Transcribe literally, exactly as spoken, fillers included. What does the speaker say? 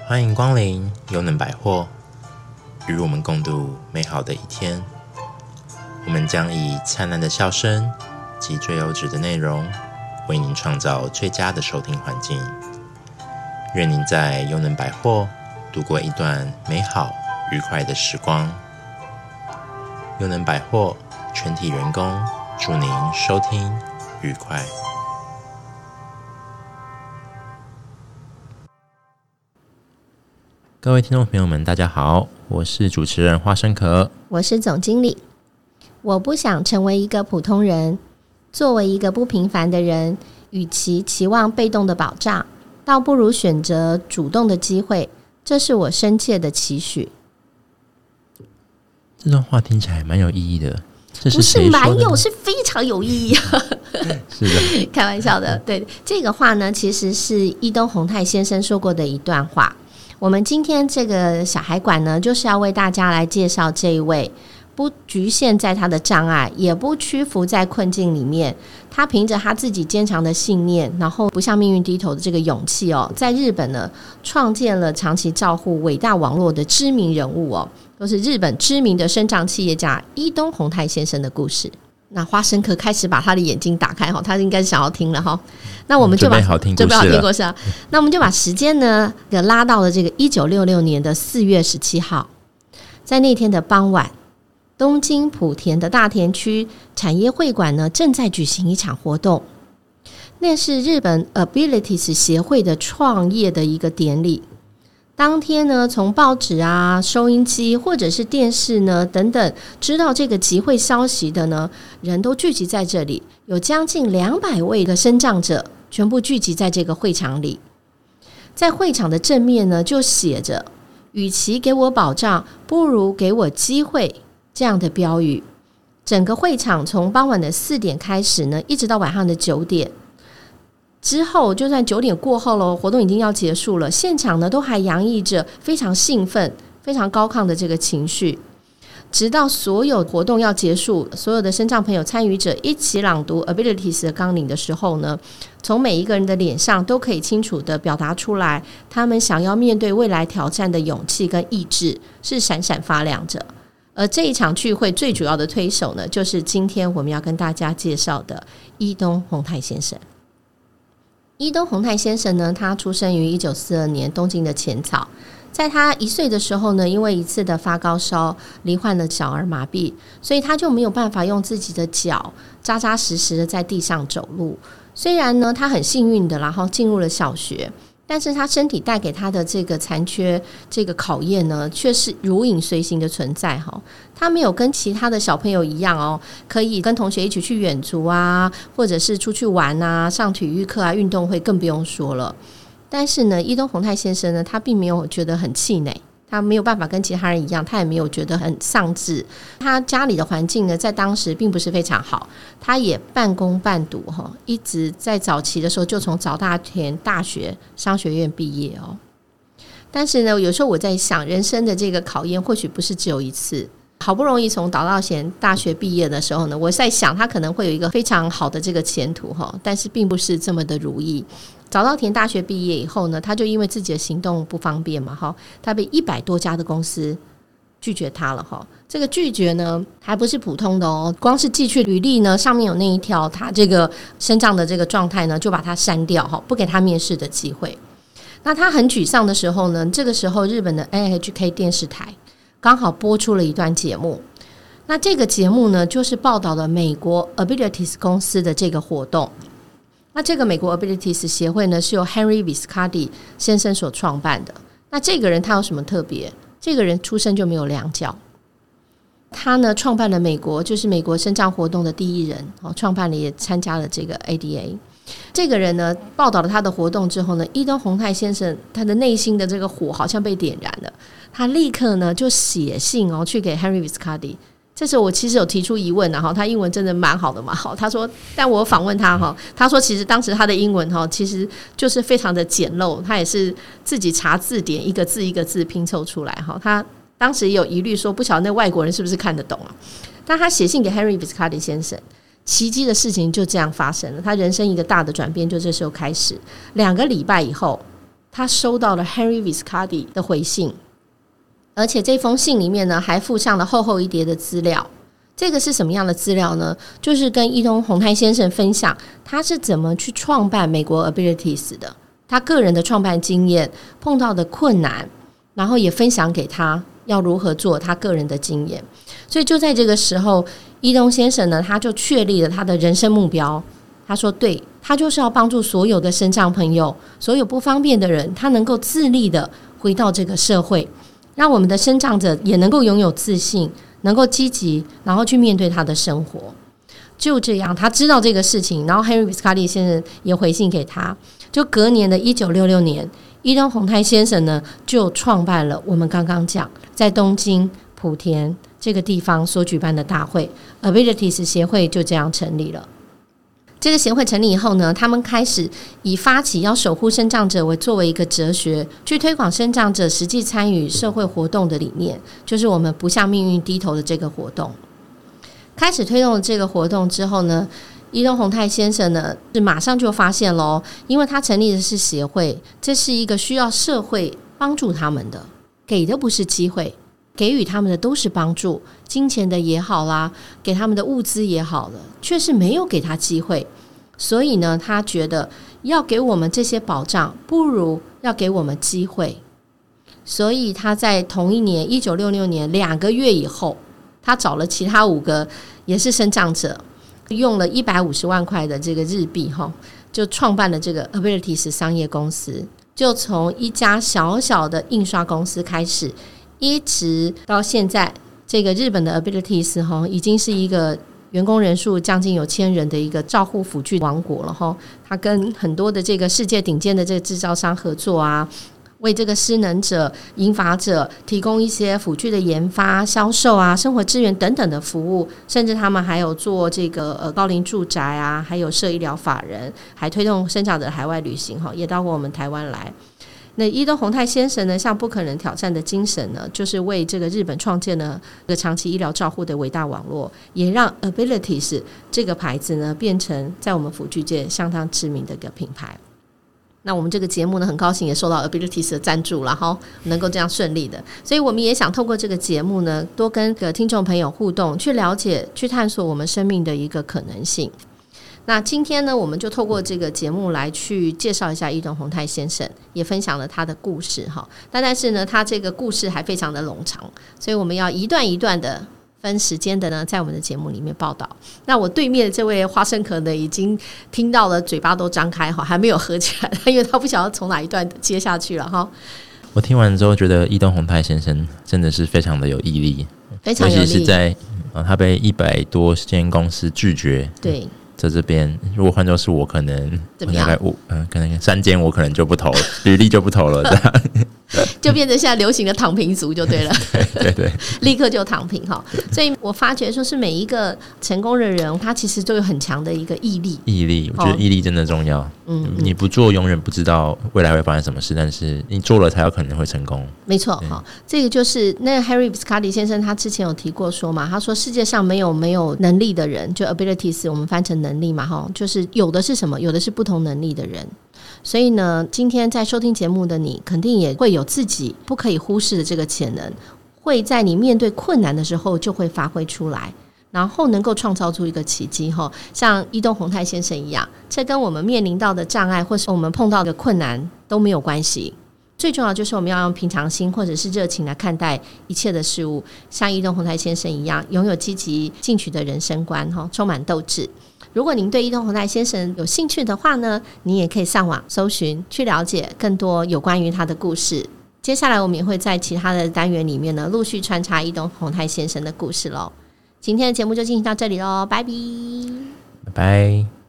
欢迎光临优能百货，与我们共度美好的一天。我们将以灿烂的笑声及最优质的内容，为您创造最佳的收听环境。愿您在优能百货度过一段美好愉快的时光。优能百货全体员工祝您收听愉快。各位听众朋友们大家好，我是主持人花生壳， 我是总经理。我不想成为一个普通人，作为一个不平凡的人，与其期望被动的保障，倒不如选择主动的机会，这是我深切的期许。 这段话听起来蛮有意义的，这是不是蛮有， 是非常有意义啊！ 是的， 开玩笑的。对，这个话呢，其实是伊东宏泰先生说过的一段话。我们今天这个小海馆呢，就是要为大家来介绍这一位不局限在他的障碍，也不屈服在困境里面，他凭着他自己坚强的信念，然后不向命运低头的这个勇气哦，在日本呢创建了长期照护伟大网络的知名人物哦，都是日本知名的身障企业家伊东宏泰先生的故事。那花生壳开始把他的眼睛打开，他应该是想要听了哈。那我们就把准备好听故事了， 准备好听故事了。那我们就把时间呢拉到了这个一九六六年的四月十七号，在那天的傍晚，东京莆田的大田区产业会馆呢正在举行一场活动，那是日本 Abilities 协会的创业的一个典礼。当天呢，从报纸啊、收音机或者是电视呢等等，知道这个集会消息的呢，人都聚集在这里，有将近两百位的身障者，全部聚集在这个会场里。在会场的正面呢，就写着“与其给我保障，不如给我机会”这样的标语。整个会场从傍晚的四点开始呢，一直到晚上的九点。之后就算九点过后了，活动已经要结束了，现场呢都还洋溢着非常兴奋非常高亢的这个情绪，直到所有活动要结束，所有的身障朋友参与者一起朗读 Abilities 的纲领的时候呢，从每一个人的脸上都可以清楚地表达出来，他们想要面对未来挑战的勇气跟意志是闪闪发亮着。而这一场聚会最主要的推手呢，就是今天我们要跟大家介绍的伊东宏泰先生。伊东宏泰先生呢，他出生于一九四二年东京的浅草。在他一岁的时候呢，因为一次的发高烧，罹患了小儿麻痹，所以他就没有办法用自己的脚扎扎实实的在地上走路。虽然呢，他很幸运的然后进入了小学，但是他身体带给他的这个残缺这个考验呢，却是如影随形的存在哈。他没有跟其他的小朋友一样哦，可以跟同学一起去远足啊，或者是出去玩啊，上体育课啊，运动会更不用说了。但是呢，伊东宏泰先生呢，他并没有觉得很气馁，他没有办法跟其他人一样，他也没有觉得很丧志。他家里的环境呢，在当时并不是非常好，他也半工半读哈，一直在早期的时候就从早大田大学商学院毕业哦。但是呢，有时候我在想，人生的这个考验或许不是只有一次。好不容易从早稻田大学毕业的时候呢，我在想他可能会有一个非常好的这个前途哈，但是并不是这么的如意。早稻田大学毕业以后呢，他就因为自己的行动不方便嘛哈，他被一百多家的公司拒绝他了哈。这个拒绝呢还不是普通的哦，光是寄去履历呢，上面有那一条他这个身障的这个状态呢，就把他删掉哈，不给他面试的机会。那他很沮丧的时候呢，这个时候日本的 N H K 电视台刚好播出了一段节目，那这个节目呢，就是报道了美国 Abilities 公司的这个活动。那这个美国 Abilities 协会呢，是由 Henry Viscardi 先生所创办的。那这个人他有什么特别？这个人出生就没有两脚，他呢创办了美国就是美国身障活动的第一人，创办了也参加了这个 A D A。这个人呢报道了他的活动之后呢，伊东宏泰先生他的内心的这个火好像被点燃了，他立刻呢就写信哦去给 Henry Viscardi。这时候我其实有提出疑问，然后他英文真的蛮好的嘛，好，他说，但我访问他哈，他说其实当时他的英文哈其实就是非常的简陋，他也是自己查字典一个字一个字拼凑出来哈，他当时也有疑虑说不晓得那外国人是不是看得懂啊，但他写信给 Henry Viscardi 先生。奇迹的事情就这样发生了，他人生一个大的转变就这时候开始。两个礼拜以后， 他收到了 Henry Viscardi 的回信，而且这封信里面呢还附上了厚厚一叠的资料。这个是什么样的资料呢？就是跟伊东宏泰先生分享他是怎么去创办美国 Abilities 的，他个人的创办经验，碰到的困难，然后也分享给他要如何做他个人的经验。所以就在这个时候，伊东先生呢他就确立了他的人生目标。他说对，他就是要帮助所有的身障朋友，所有不方便的人，他能够自立的回到这个社会，让我们的身障者也能够拥有自信，能够积极，然后去面对他的生活。就这样，他知道这个事情，然后 Henry Viscardi 先生也回信给他。就隔年的一九六六年，伊东宏泰先生呢就创办了我们刚刚讲在东京莆田这个地方所举办的大会 Abilities 协会，就这样成立了。这个协会成立以后呢，他们开始以发起要守护身障者为作为一个哲学，去推广身障者实际参与社会活动的理念，就是我们不向命运低头的这个活动。开始推动了这个活动之后呢，伊东宏泰先生呢是马上就发现咯，因为他成立的是协会，这是一个需要社会帮助他们的，给的不是机会，给予他们的都是帮助，金钱的也好啦，给他们的物资也好了，却是没有给他机会。所以呢，他觉得要给我们这些保障，不如要给我们机会。所以他在同一年一九六六年两个月以后，他找了其他五个也是身障者，用了一百五十万块的这个日币，就创办了这个 Abilities 商业公司。就从一家小小的印刷公司开始，一直到现在，这个日本的 Abilities 已经是一个员工人数将近有千人的一个照护辅具王国了。他跟很多的这个世界顶尖的这个制造商合作啊，为这个失能者、银发者提供一些辅具的研发、销售啊、生活支援等等的服务，甚至他们还有做这个呃高龄住宅啊，还有设医疗法人，还推动身障者的海外旅行，也到过我们台湾来。那伊东宏泰先生呢，像不可能挑战的精神呢，就是为这个日本创建了这个长期医疗照护的伟大网络，也让 Abilities 这个牌子呢变成在我们辅具界相当知名的一个品牌。那我们这个节目呢，很高兴也受到 Abilities 的赞助了哈，能够这样顺利的，所以我们也想透过这个节目呢，多跟个听众朋友互动，去了解、去探索我们生命的一个可能性。那今天呢，我们就透过这个节目来去介绍一下伊东宏泰先生，也分享了他的故事哈。但是呢，他这个故事还非常的冗长，所以我们要一段一段的分时间的呢，在我们的节目里面报道。那我对面的这位花生壳呢，已经听到了，嘴巴都张开哈，还没有合起来，因为他不晓得从哪一段接下去了哈。 我听完之后，觉得伊东宏泰先生真的是非常的有毅力， 非常有毅力， 尤其是在、呃、他被一百多间公司拒绝。 对。 在这边，如果换作是我，可能怎么样？ 大概五，嗯、呃，可能三间我可能就不投，履历就不投了，这样就变成现在流行的躺平族就对了， 对对对， 立刻就躺平哈。所以我发觉说是每一个成功的人，他其实都有很强的一个毅力。 毅力，我觉得毅力真的重要。嗯，你不做，永远不知道未来会发生什么事，但是你做了，才有可能会成功。 没错，哈，这个就是那个 Henry Viscardi 先生，他之前有提过说嘛，他说世界上没有没有能力的人，就 abilities 我们翻成能力嘛，哈，就是有的是什么，有的是不同能力的人。所以呢，今天在收听节目的你，肯定也会有自己不可以忽视的这个潜能，会在你面对困难的时候就会发挥出来，然后能够创造出一个奇迹。像伊东宏泰先生一样，这跟我们面临到的障碍或是我们碰到的困难都没有关系，最重要就是我们要用平常心或者是热情来看待一切的事物，像伊东宏泰先生一样，拥有积极进取的人生观，充满斗志。如果您对伊东宏泰先生有兴趣的话呢，你也可以上网搜寻，去了解更多有关于他的故事。接下来我们也会在其他的单元里面呢，陆续穿插伊东宏泰先生的故事咯。今天的节目就进行到这里咯，拜拜， 拜拜。